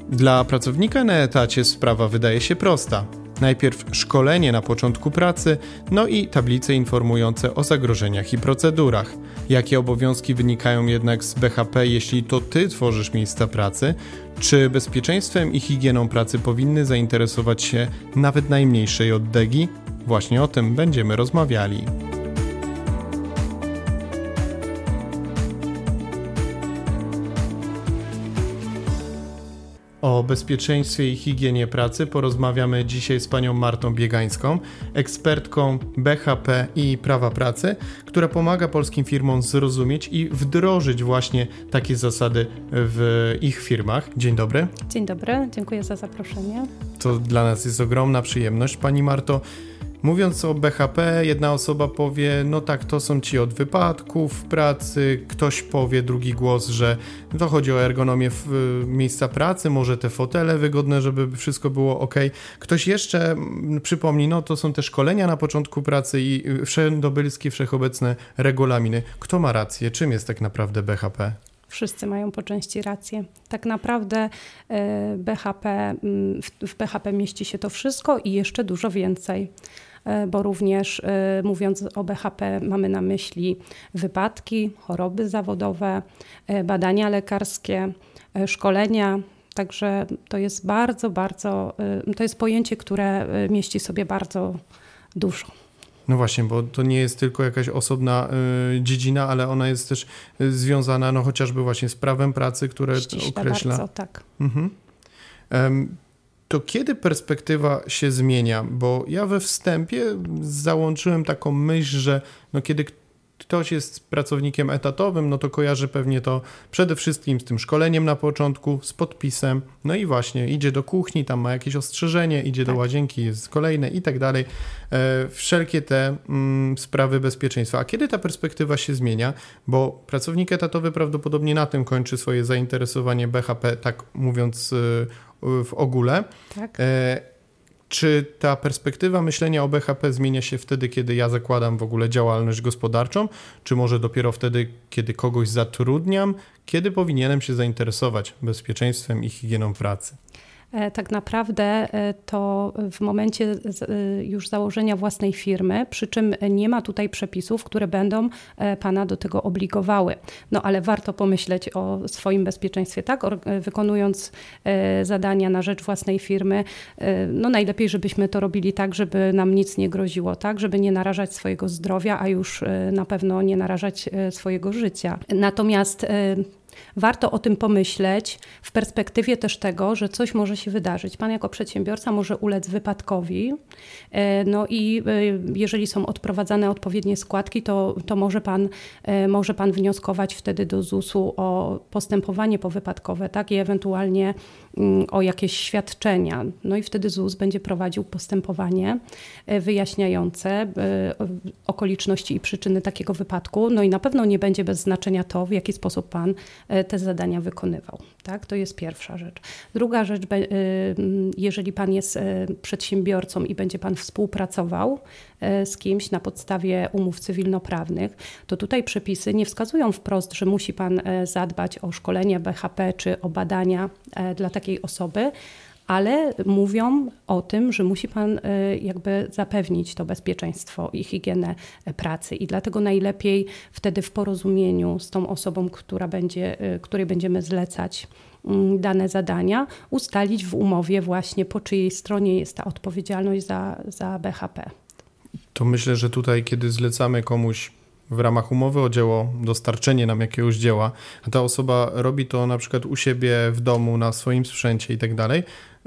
Dla pracownika na etacie sprawa wydaje się prosta. Najpierw szkolenie na początku pracy, no i tablice informujące o zagrożeniach i procedurach. Jakie obowiązki wynikają jednak z BHP, jeśli to Ty tworzysz miejsca pracy? Czy bezpieczeństwem i higieną pracy powinny zainteresować się nawet najmniejszej oddegi? Właśnie o tym będziemy rozmawiali. O bezpieczeństwie i higienie pracy porozmawiamy dzisiaj z panią Martą Biegańską, ekspertką BHP i prawa pracy, która pomaga polskim firmom zrozumieć i wdrożyć właśnie takie zasady w ich firmach. Dzień dobry. Dzień dobry, dziękuję za zaproszenie. To dla nas jest ogromna przyjemność. Pani Marto, mówiąc o BHP, jedna osoba powie, no tak, to są ci od wypadków w pracy, ktoś powie, drugi głos, że to chodzi o ergonomię miejsca pracy, może te fotele wygodne, żeby wszystko było ok. Ktoś jeszcze przypomni, no to są te szkolenia na początku pracy i wszędobylskie, wszechobecne regulaminy. Kto ma rację? Czym jest tak naprawdę BHP? Wszyscy mają po części rację. Tak naprawdę w BHP mieści się to wszystko i jeszcze dużo więcej, bo również mówiąc o BHP mamy na myśli wypadki, choroby zawodowe, badania lekarskie, szkolenia. Także to jest to jest pojęcie, które mieści sobie bardzo dużo. No właśnie, bo to nie jest tylko jakaś osobna dziedzina, ale ona jest też związana no chociażby właśnie z prawem pracy, które ściśle określa. Bardzo, tak. To kiedy perspektywa się zmienia? Bo ja we wstępie załączyłem taką myśl, że no kiedy ktoś jest pracownikiem etatowym, no to kojarzy pewnie to przede wszystkim z tym szkoleniem na początku, z podpisem, no i właśnie idzie do kuchni, tam ma jakieś ostrzeżenie, idzie do łazienki, jest kolejne i tak dalej. Wszelkie te sprawy bezpieczeństwa. A kiedy ta perspektywa się zmienia? Bo pracownik etatowy prawdopodobnie na tym kończy swoje zainteresowanie BHP, tak mówiąc w ogóle. Tak. Czy ta perspektywa myślenia o BHP zmienia się wtedy, kiedy ja zakładam w ogóle działalność gospodarczą, czy może dopiero wtedy, kiedy kogoś zatrudniam? Kiedy powinienem się zainteresować bezpieczeństwem i higieną pracy? Tak naprawdę to w momencie już założenia własnej firmy, przy czym nie ma tutaj przepisów, które będą Pana do tego obligowały. No ale warto pomyśleć o swoim bezpieczeństwie, tak? Wykonując zadania na rzecz własnej firmy, no najlepiej, żebyśmy to robili tak, żeby nam nic nie groziło, tak? Żeby nie narażać swojego zdrowia, a już na pewno nie narażać swojego życia. Natomiast warto o tym pomyśleć w perspektywie też tego, że coś może się wydarzyć. Pan jako przedsiębiorca może ulec wypadkowi, no i jeżeli są odprowadzane odpowiednie składki, to może pan wnioskować wtedy do ZUS-u o postępowanie powypadkowe, tak, i ewentualnie o jakieś świadczenia. No i wtedy ZUS będzie prowadził postępowanie wyjaśniające okoliczności i przyczyny takiego wypadku. No i na pewno nie będzie bez znaczenia to, w jaki sposób pan te zadania wykonywał. Tak? To jest pierwsza rzecz. Druga rzecz, jeżeli pan jest przedsiębiorcą i będzie pan współpracował z kimś na podstawie umów cywilnoprawnych, to tutaj przepisy nie wskazują wprost, że musi pan zadbać o szkolenie BHP czy o badania dla takiej osoby, ale mówią o tym, że musi pan jakby zapewnić to bezpieczeństwo i higienę pracy i dlatego najlepiej wtedy w porozumieniu z tą osobą, której będziemy zlecać dane zadania, ustalić w umowie właśnie po czyjej stronie jest ta odpowiedzialność za BHP. To myślę, że tutaj kiedy zlecamy komuś w ramach umowy o dzieło dostarczenie nam jakiegoś dzieła, a ta osoba robi to na przykład u siebie w domu, na swoim sprzęcie i tak dalej,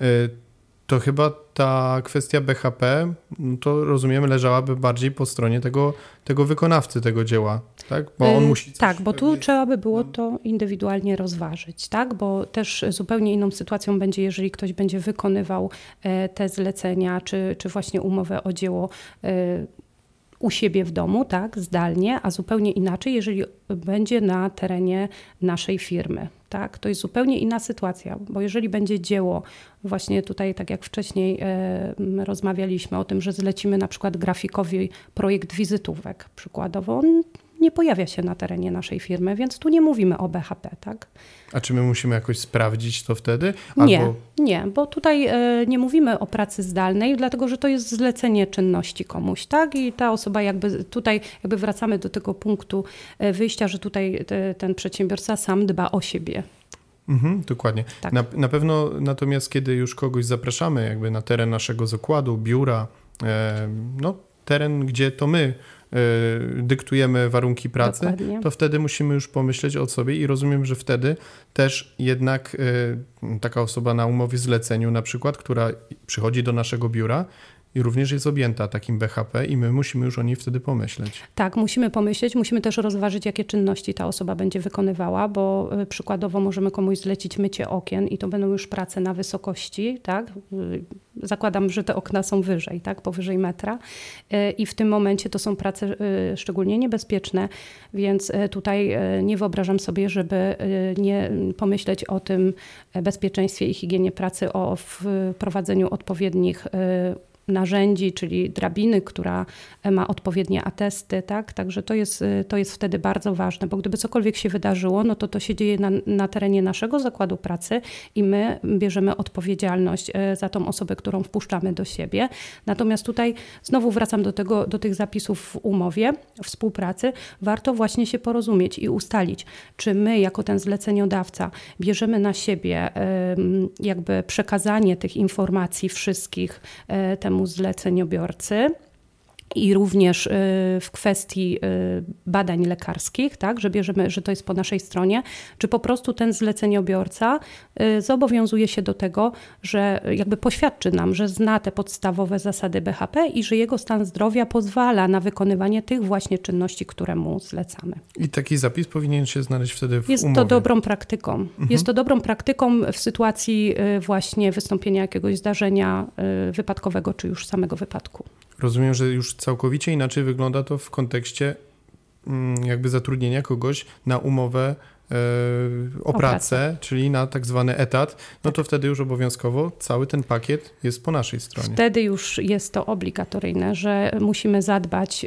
to chyba ta kwestia BHP, to rozumiemy, leżałaby bardziej po stronie tego wykonawcy tego dzieła, tak? Bo on musi tak, bo tu trzeba by było to indywidualnie rozważyć, tak? Bo też zupełnie inną sytuacją będzie, jeżeli ktoś będzie wykonywał te zlecenia, czy właśnie umowę o dzieło u siebie w domu, tak, zdalnie, a zupełnie inaczej, jeżeli będzie na terenie naszej firmy. Tak? To jest zupełnie inna sytuacja, bo jeżeli będzie dzieło, właśnie tutaj tak jak wcześniej rozmawialiśmy o tym, że zlecimy na przykład grafikowi projekt wizytówek przykładowo, on nie pojawia się na terenie naszej firmy, więc tu nie mówimy o BHP, tak? A czy my musimy jakoś sprawdzić to wtedy? Nie, bo tutaj nie mówimy o pracy zdalnej, dlatego że to jest zlecenie czynności komuś, tak? I ta osoba tutaj wracamy do tego punktu wyjścia, że tutaj ten przedsiębiorca sam dba o siebie. Dokładnie. Tak. Na pewno natomiast kiedy już kogoś zapraszamy na teren naszego zakładu, biura, teren, gdzie to my dyktujemy warunki pracy, Dokładnie. To wtedy musimy już pomyśleć o sobie i rozumiem, że wtedy też jednak taka osoba na umowie zleceniu na przykład, która przychodzi do naszego biura i również jest objęta takim BHP i my musimy już o niej wtedy pomyśleć. Tak, musimy pomyśleć, musimy też rozważyć, jakie czynności ta osoba będzie wykonywała, bo przykładowo możemy komuś zlecić mycie okien i to będą już prace na wysokości, tak? Zakładam, że te okna są wyżej, tak? Powyżej metra i w tym momencie to są prace szczególnie niebezpieczne, więc tutaj nie wyobrażam sobie, żeby nie pomyśleć o tym bezpieczeństwie i higienie pracy, o wprowadzeniu odpowiednich narzędzi, czyli drabiny, która ma odpowiednie atesty, tak? Także to jest wtedy bardzo ważne, bo gdyby cokolwiek się wydarzyło, no to się dzieje na terenie naszego zakładu pracy i my bierzemy odpowiedzialność za tą osobę, którą wpuszczamy do siebie. Natomiast tutaj znowu wracam do tych zapisów w umowie współpracy. Warto właśnie się porozumieć i ustalić, czy my jako ten zleceniodawca bierzemy na siebie jakby przekazanie tych informacji wszystkich temu zleceniobiorcy i również w kwestii badań lekarskich, tak, że bierzemy, że to jest po naszej stronie, czy po prostu ten zleceniobiorca zobowiązuje się do tego, że jakby poświadczy nam, że zna te podstawowe zasady BHP i że jego stan zdrowia pozwala na wykonywanie tych właśnie czynności, które mu zlecamy. I taki zapis powinien się znaleźć wtedy w umowie. Jest to dobrą praktyką. Jest to dobrą praktyką w sytuacji właśnie wystąpienia jakiegoś zdarzenia wypadkowego, czy już samego wypadku. Rozumiem, że już całkowicie inaczej wygląda to w kontekście jakby zatrudnienia kogoś na umowę o pracę, czyli na tak zwany etat, no to wtedy już obowiązkowo cały ten pakiet jest po naszej stronie. Wtedy już jest to obligatoryjne, że musimy zadbać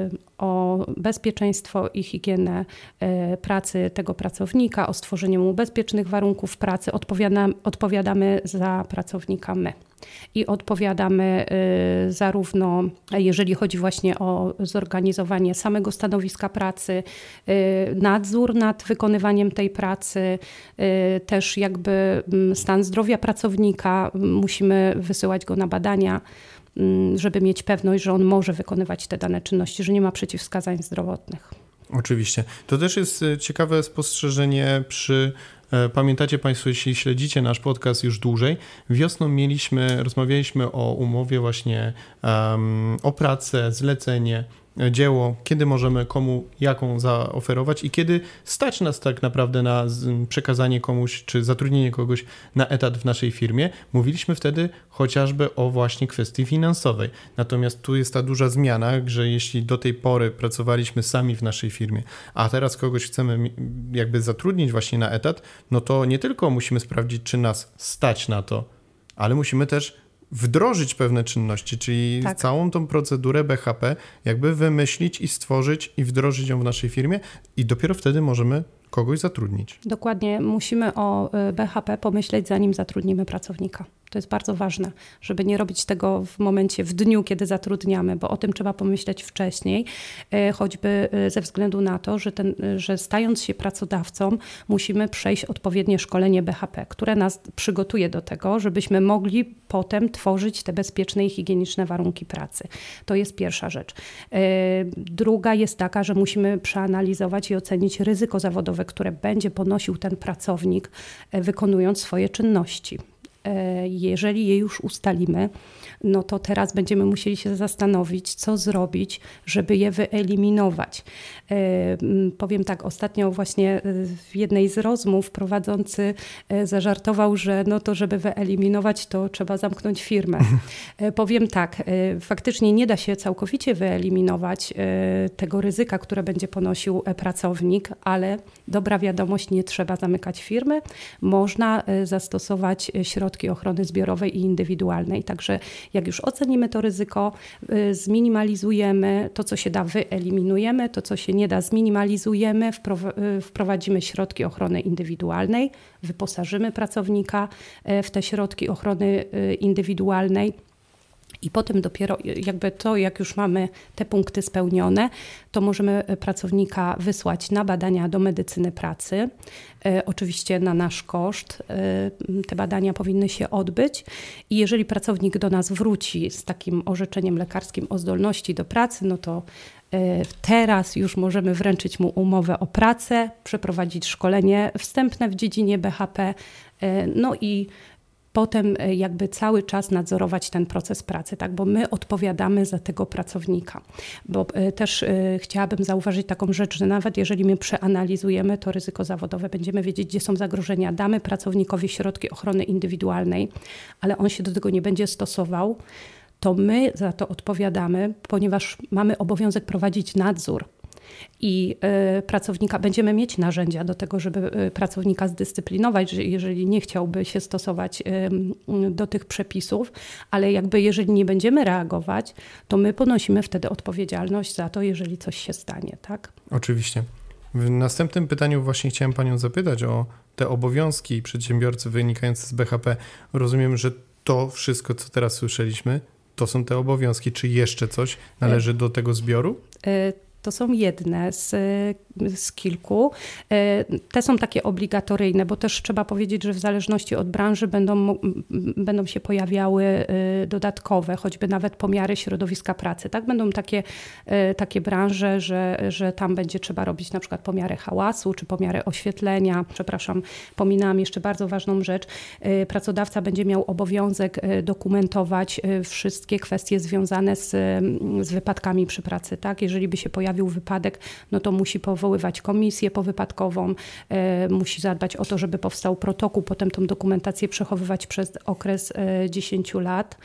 o bezpieczeństwo i higienę pracy tego pracownika, o stworzenie mu bezpiecznych warunków pracy. Odpowiadamy za pracownika my. I odpowiadamy zarówno, jeżeli chodzi właśnie o zorganizowanie samego stanowiska pracy, nadzór nad wykonywaniem tej pracy, też jakby stan zdrowia pracownika, musimy wysyłać go na badania, żeby mieć pewność, że on może wykonywać te dane czynności, że nie ma przeciwwskazań zdrowotnych. Oczywiście. To też jest ciekawe spostrzeżenie pamiętacie Państwo, jeśli śledzicie nasz podcast już dłużej, wiosną rozmawialiśmy o umowie właśnie o pracę, zlecenie, dzieło, kiedy możemy komu jaką zaoferować i kiedy stać nas tak naprawdę na przekazanie komuś czy zatrudnienie kogoś na etat w naszej firmie. Mówiliśmy wtedy chociażby o właśnie kwestii finansowej. Natomiast tu jest ta duża zmiana, że jeśli do tej pory pracowaliśmy sami w naszej firmie, a teraz kogoś chcemy jakby zatrudnić właśnie na etat, no to nie tylko musimy sprawdzić, czy nas stać na to, ale musimy też wdrożyć pewne czynności, czyli całą tą procedurę BHP jakby wymyślić i stworzyć i wdrożyć ją w naszej firmie i dopiero wtedy możemy kogoś zatrudnić. Dokładnie. Musimy o BHP pomyśleć, zanim zatrudnimy pracownika. To jest bardzo ważne, żeby nie robić tego w dniu, kiedy zatrudniamy, bo o tym trzeba pomyśleć wcześniej, choćby ze względu na to, że stając się pracodawcą, musimy przejść odpowiednie szkolenie BHP, które nas przygotuje do tego, żebyśmy mogli potem tworzyć te bezpieczne i higieniczne warunki pracy. To jest pierwsza rzecz. Druga jest taka, że musimy przeanalizować i ocenić ryzyko zawodowe, które będzie ponosił ten pracownik, wykonując swoje czynności. Jeżeli je już ustalimy, no to teraz będziemy musieli się zastanowić, co zrobić, żeby je wyeliminować. Powiem tak, ostatnio właśnie w jednej z rozmów prowadzący zażartował, że no to żeby wyeliminować, to trzeba zamknąć firmę. Powiem tak, faktycznie nie da się całkowicie wyeliminować tego ryzyka, które będzie ponosił pracownik, ale dobra wiadomość, nie trzeba zamykać firmy. Można zastosować środki środki ochrony zbiorowej i indywidualnej. Także jak już ocenimy to ryzyko, zminimalizujemy, to co się da wyeliminujemy, to co się nie da zminimalizujemy, wprowadzimy środki ochrony indywidualnej, wyposażymy pracownika w te środki ochrony indywidualnej. I potem dopiero jak już mamy te punkty spełnione, to możemy pracownika wysłać na badania do medycyny pracy. Oczywiście na nasz koszt te badania powinny się odbyć i jeżeli pracownik do nas wróci z takim orzeczeniem lekarskim o zdolności do pracy, no to teraz już możemy wręczyć mu umowę o pracę, przeprowadzić szkolenie wstępne w dziedzinie BHP, no i potem cały czas nadzorować ten proces pracy, tak? Bo my odpowiadamy za tego pracownika. Bo też chciałabym zauważyć taką rzecz, że nawet jeżeli my przeanalizujemy to ryzyko zawodowe, będziemy wiedzieć, gdzie są zagrożenia, damy pracownikowi środki ochrony indywidualnej, ale on się do tego nie będzie stosował, to my za to odpowiadamy, ponieważ mamy obowiązek prowadzić nadzór. I pracownika będziemy mieć narzędzia do tego, żeby pracownika zdyscyplinować, że jeżeli nie chciałby się stosować do tych przepisów, ale jeżeli nie będziemy reagować, to my ponosimy wtedy odpowiedzialność za to, jeżeli coś się stanie, tak? Oczywiście. W następnym pytaniu właśnie chciałem Panią zapytać o te obowiązki przedsiębiorcy wynikające z BHP. Rozumiem, że to wszystko, co teraz słyszeliśmy, to są te obowiązki. Czy jeszcze coś należy do tego zbioru? To są jedne z kilku. Te są takie obligatoryjne, bo też trzeba powiedzieć, że w zależności od branży będą się pojawiały dodatkowe, choćby nawet pomiary środowiska pracy. Tak? Będą takie branże, że tam będzie trzeba robić na przykład pomiary hałasu czy pomiary oświetlenia. Pominęłam jeszcze bardzo ważną rzecz. Pracodawca będzie miał obowiązek dokumentować wszystkie kwestie związane z wypadkami przy pracy. Tak? Jeżeli by się pojawił wypadek, no to musi powoływać komisję powypadkową, musi zadbać o to, żeby powstał protokół, potem tą dokumentację przechowywać przez okres 10 lat.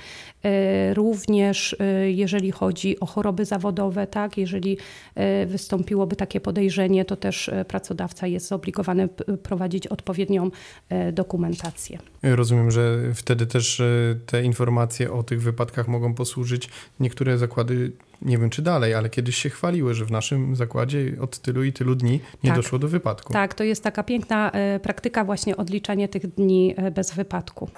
Również jeżeli chodzi o choroby zawodowe, tak, jeżeli wystąpiłoby takie podejrzenie, to też pracodawca jest zobligowany prowadzić odpowiednią dokumentację. Rozumiem, że wtedy też te informacje o tych wypadkach mogą posłużyć. Niektóre zakłady, nie wiem czy dalej, ale kiedyś się chwaliły, że w naszym zakładzie od tylu i tylu dni nie doszło do wypadku. Tak, to jest taka piękna praktyka właśnie odliczania tych dni bez wypadku.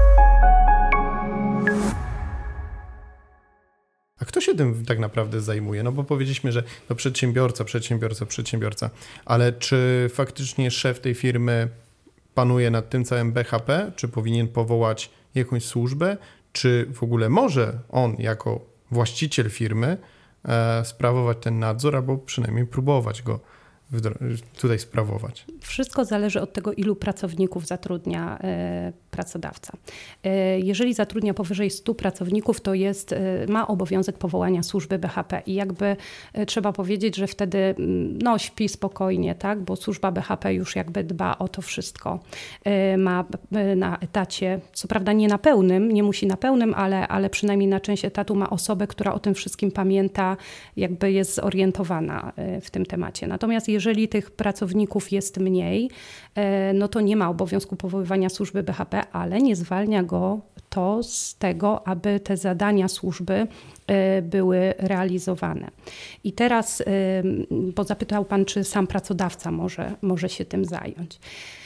A kto się tym tak naprawdę zajmuje? No bo powiedzieliśmy, że to przedsiębiorca, ale czy faktycznie szef tej firmy panuje nad tym całym BHP? Czy powinien powołać jakąś służbę? Czy w ogóle może on jako właściciel firmy sprawować ten nadzór, albo przynajmniej próbować go tutaj sprawować? Wszystko zależy od tego, ilu pracowników zatrudnia pracodawca. Jeżeli zatrudnia powyżej 100 pracowników, to ma obowiązek powołania służby BHP i trzeba powiedzieć, że wtedy śpi spokojnie, tak? Bo służba BHP już dba o to wszystko. Ma na etacie, co prawda nie na pełnym, nie musi na pełnym, ale przynajmniej na część etatu ma osobę, która o tym wszystkim pamięta, jest zorientowana w tym temacie. Natomiast jeżeli tych pracowników jest mniej, no to nie ma obowiązku powoływania służby BHP, ale nie zwalnia go to z tego, aby te zadania służby były realizowane. I teraz, bo zapytał Pan, czy sam pracodawca może się tym zająć.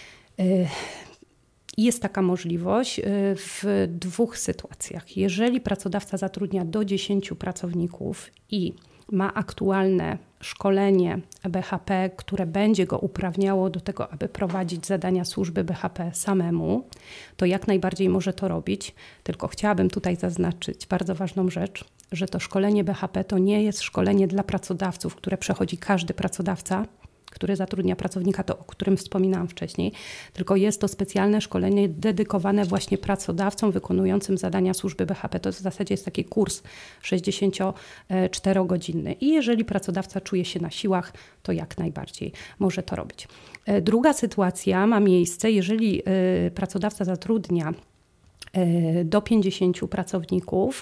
Jest taka możliwość w 2 sytuacjach. Jeżeli pracodawca zatrudnia do 10 pracowników i ma aktualne szkolenie BHP, które będzie go uprawniało do tego, aby prowadzić zadania służby BHP samemu, to jak najbardziej może to robić. Tylko chciałabym tutaj zaznaczyć bardzo ważną rzecz, że to szkolenie BHP to nie jest szkolenie dla pracodawców, które przechodzi każdy pracodawca, który zatrudnia pracownika, to o którym wspominałam wcześniej, tylko jest to specjalne szkolenie dedykowane właśnie pracodawcom wykonującym zadania służby BHP. To w zasadzie jest taki kurs 64-godzinny i jeżeli pracodawca czuje się na siłach, to jak najbardziej może to robić. Druga sytuacja ma miejsce, jeżeli pracodawca zatrudnia do 50 pracowników,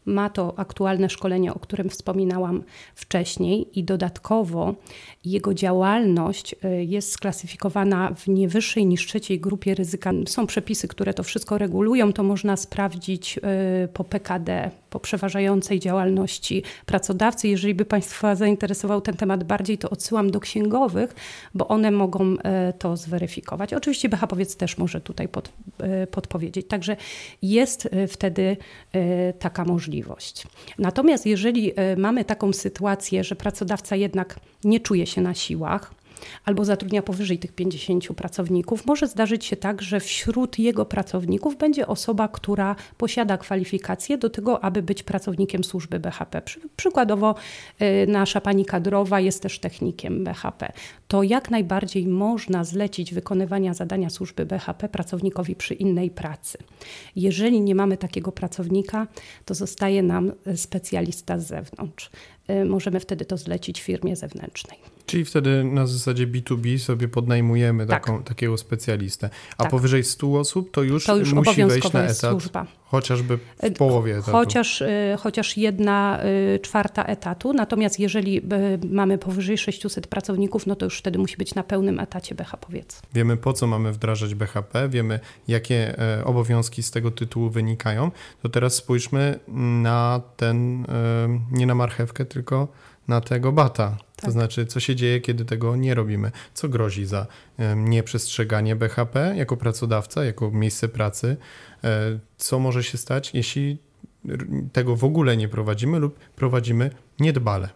ma to aktualne szkolenie, o którym wspominałam wcześniej i dodatkowo jego działalność jest sklasyfikowana w nie wyższej niż 3 grupie ryzyka. Są przepisy, które to wszystko regulują, to można sprawdzić po PKD, po przeważającej działalności pracodawcy. Jeżeli by Państwa zainteresował ten temat bardziej, to odsyłam do księgowych, bo one mogą to zweryfikować. Oczywiście BHP-owiec też może tutaj podpowiedzieć. Także jest wtedy taka możliwość. Natomiast jeżeli mamy taką sytuację, że pracodawca jednak nie czuje się na siłach, albo zatrudnia powyżej tych 50 pracowników, może zdarzyć się tak, że wśród jego pracowników będzie osoba, która posiada kwalifikacje do tego, aby być pracownikiem służby BHP. Przykładowo nasza pani kadrowa jest też technikiem BHP. To jak najbardziej można zlecić wykonywania zadania służby BHP pracownikowi przy innej pracy. Jeżeli nie mamy takiego pracownika, to zostaje nam specjalista z zewnątrz. Możemy wtedy to zlecić firmie zewnętrznej. Czyli wtedy na zasadzie B2B sobie podnajmujemy takiego specjalistę. A powyżej 100 osób to już musi wejść na etat, służba. Chociażby w połowie etatu. Chociaż 1/4 etatu. Natomiast jeżeli mamy powyżej 600 pracowników, no to już wtedy musi być na pełnym etacie BHP-owiec. Wiemy, po co mamy wdrażać BHP, wiemy, jakie obowiązki z tego tytułu wynikają. To teraz spójrzmy na ten, nie na marchewkę, tylko na tego bata. To znaczy, co się dzieje, kiedy tego nie robimy? Co grozi za nieprzestrzeganie BHP jako pracodawca, jako miejsce pracy? Co może się stać, jeśli tego w ogóle nie prowadzimy lub prowadzimy niedbale?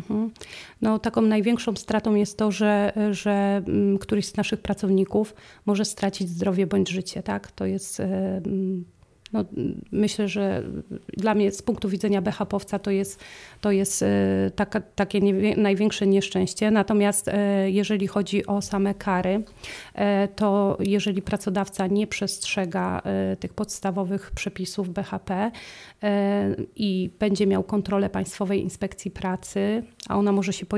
No, taką największą stratą jest to, że któryś z naszych pracowników może stracić zdrowie bądź życie. Tak? To jest... No, myślę, że dla mnie z punktu widzenia BHP-owca to jest takie największe nieszczęście. Natomiast jeżeli chodzi o same kary, to jeżeli pracodawca nie przestrzega tych podstawowych przepisów BHP i będzie miał kontrolę Państwowej Inspekcji Pracy, a ona może się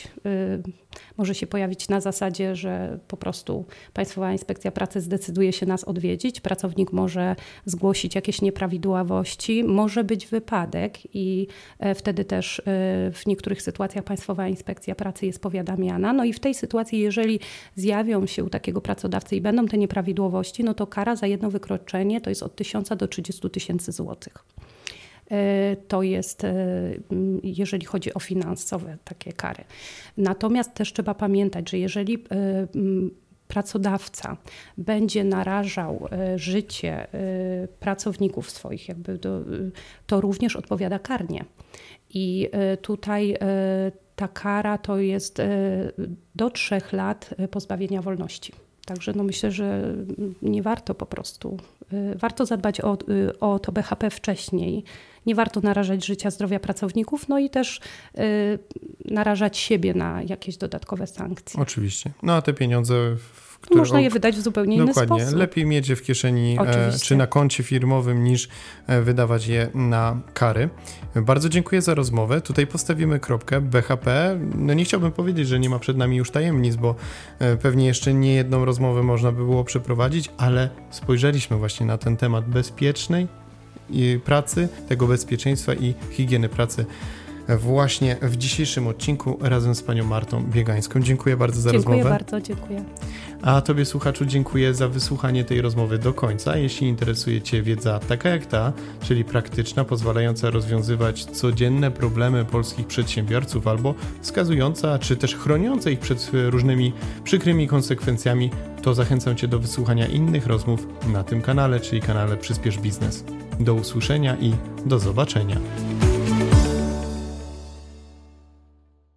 pojawić na zasadzie, że po prostu Państwowa Inspekcja Pracy zdecyduje się nas odwiedzić, pracownik może zgłosić jakieś nieprawidłowości, może być wypadek i wtedy też w niektórych sytuacjach Państwowa Inspekcja Pracy jest powiadamiana. No i w tej sytuacji, jeżeli zjawią się u takiego pracodawcy i będą te nieprawidłowości, no to kara za jedno wykroczenie to jest od 1000 do 30 000 złotych. To jest, jeżeli chodzi o finansowe takie kary. Natomiast też trzeba pamiętać, że jeżeli pracodawca będzie narażał życie pracowników swoich, to również odpowiada karnie. I tutaj ta kara to jest do 3 lat pozbawienia wolności. Także no myślę, że nie warto po prostu, warto zadbać o to BHP wcześniej. Nie warto narażać życia, zdrowia pracowników, no i też narażać siebie na jakieś dodatkowe sankcje. Oczywiście. No a te pieniądze... Można je wydać w zupełnie inny sposób. Dokładnie. Lepiej mieć je w kieszeni czy na koncie firmowym niż wydawać je na kary. Bardzo dziękuję za rozmowę. Tutaj postawimy kropkę. BHP, no nie chciałbym powiedzieć, że nie ma przed nami już tajemnic, bo pewnie jeszcze nie jedną rozmowę można by było przeprowadzić, ale spojrzeliśmy właśnie na ten temat bezpiecznej pracy, tego bezpieczeństwa i higieny pracy właśnie w dzisiejszym odcinku razem z panią Martą Biegańską. Dziękuję bardzo za rozmowę. Dziękuję bardzo, dziękuję. A tobie, słuchaczu, dziękuję za wysłuchanie tej rozmowy do końca. Jeśli interesuje cię wiedza taka jak ta, czyli praktyczna, pozwalająca rozwiązywać codzienne problemy polskich przedsiębiorców albo wskazująca, czy też chroniąca ich przed różnymi przykrymi konsekwencjami, to zachęcam cię do wysłuchania innych rozmów na tym kanale, czyli kanale Przyspiesz Biznes. Do usłyszenia i do zobaczenia.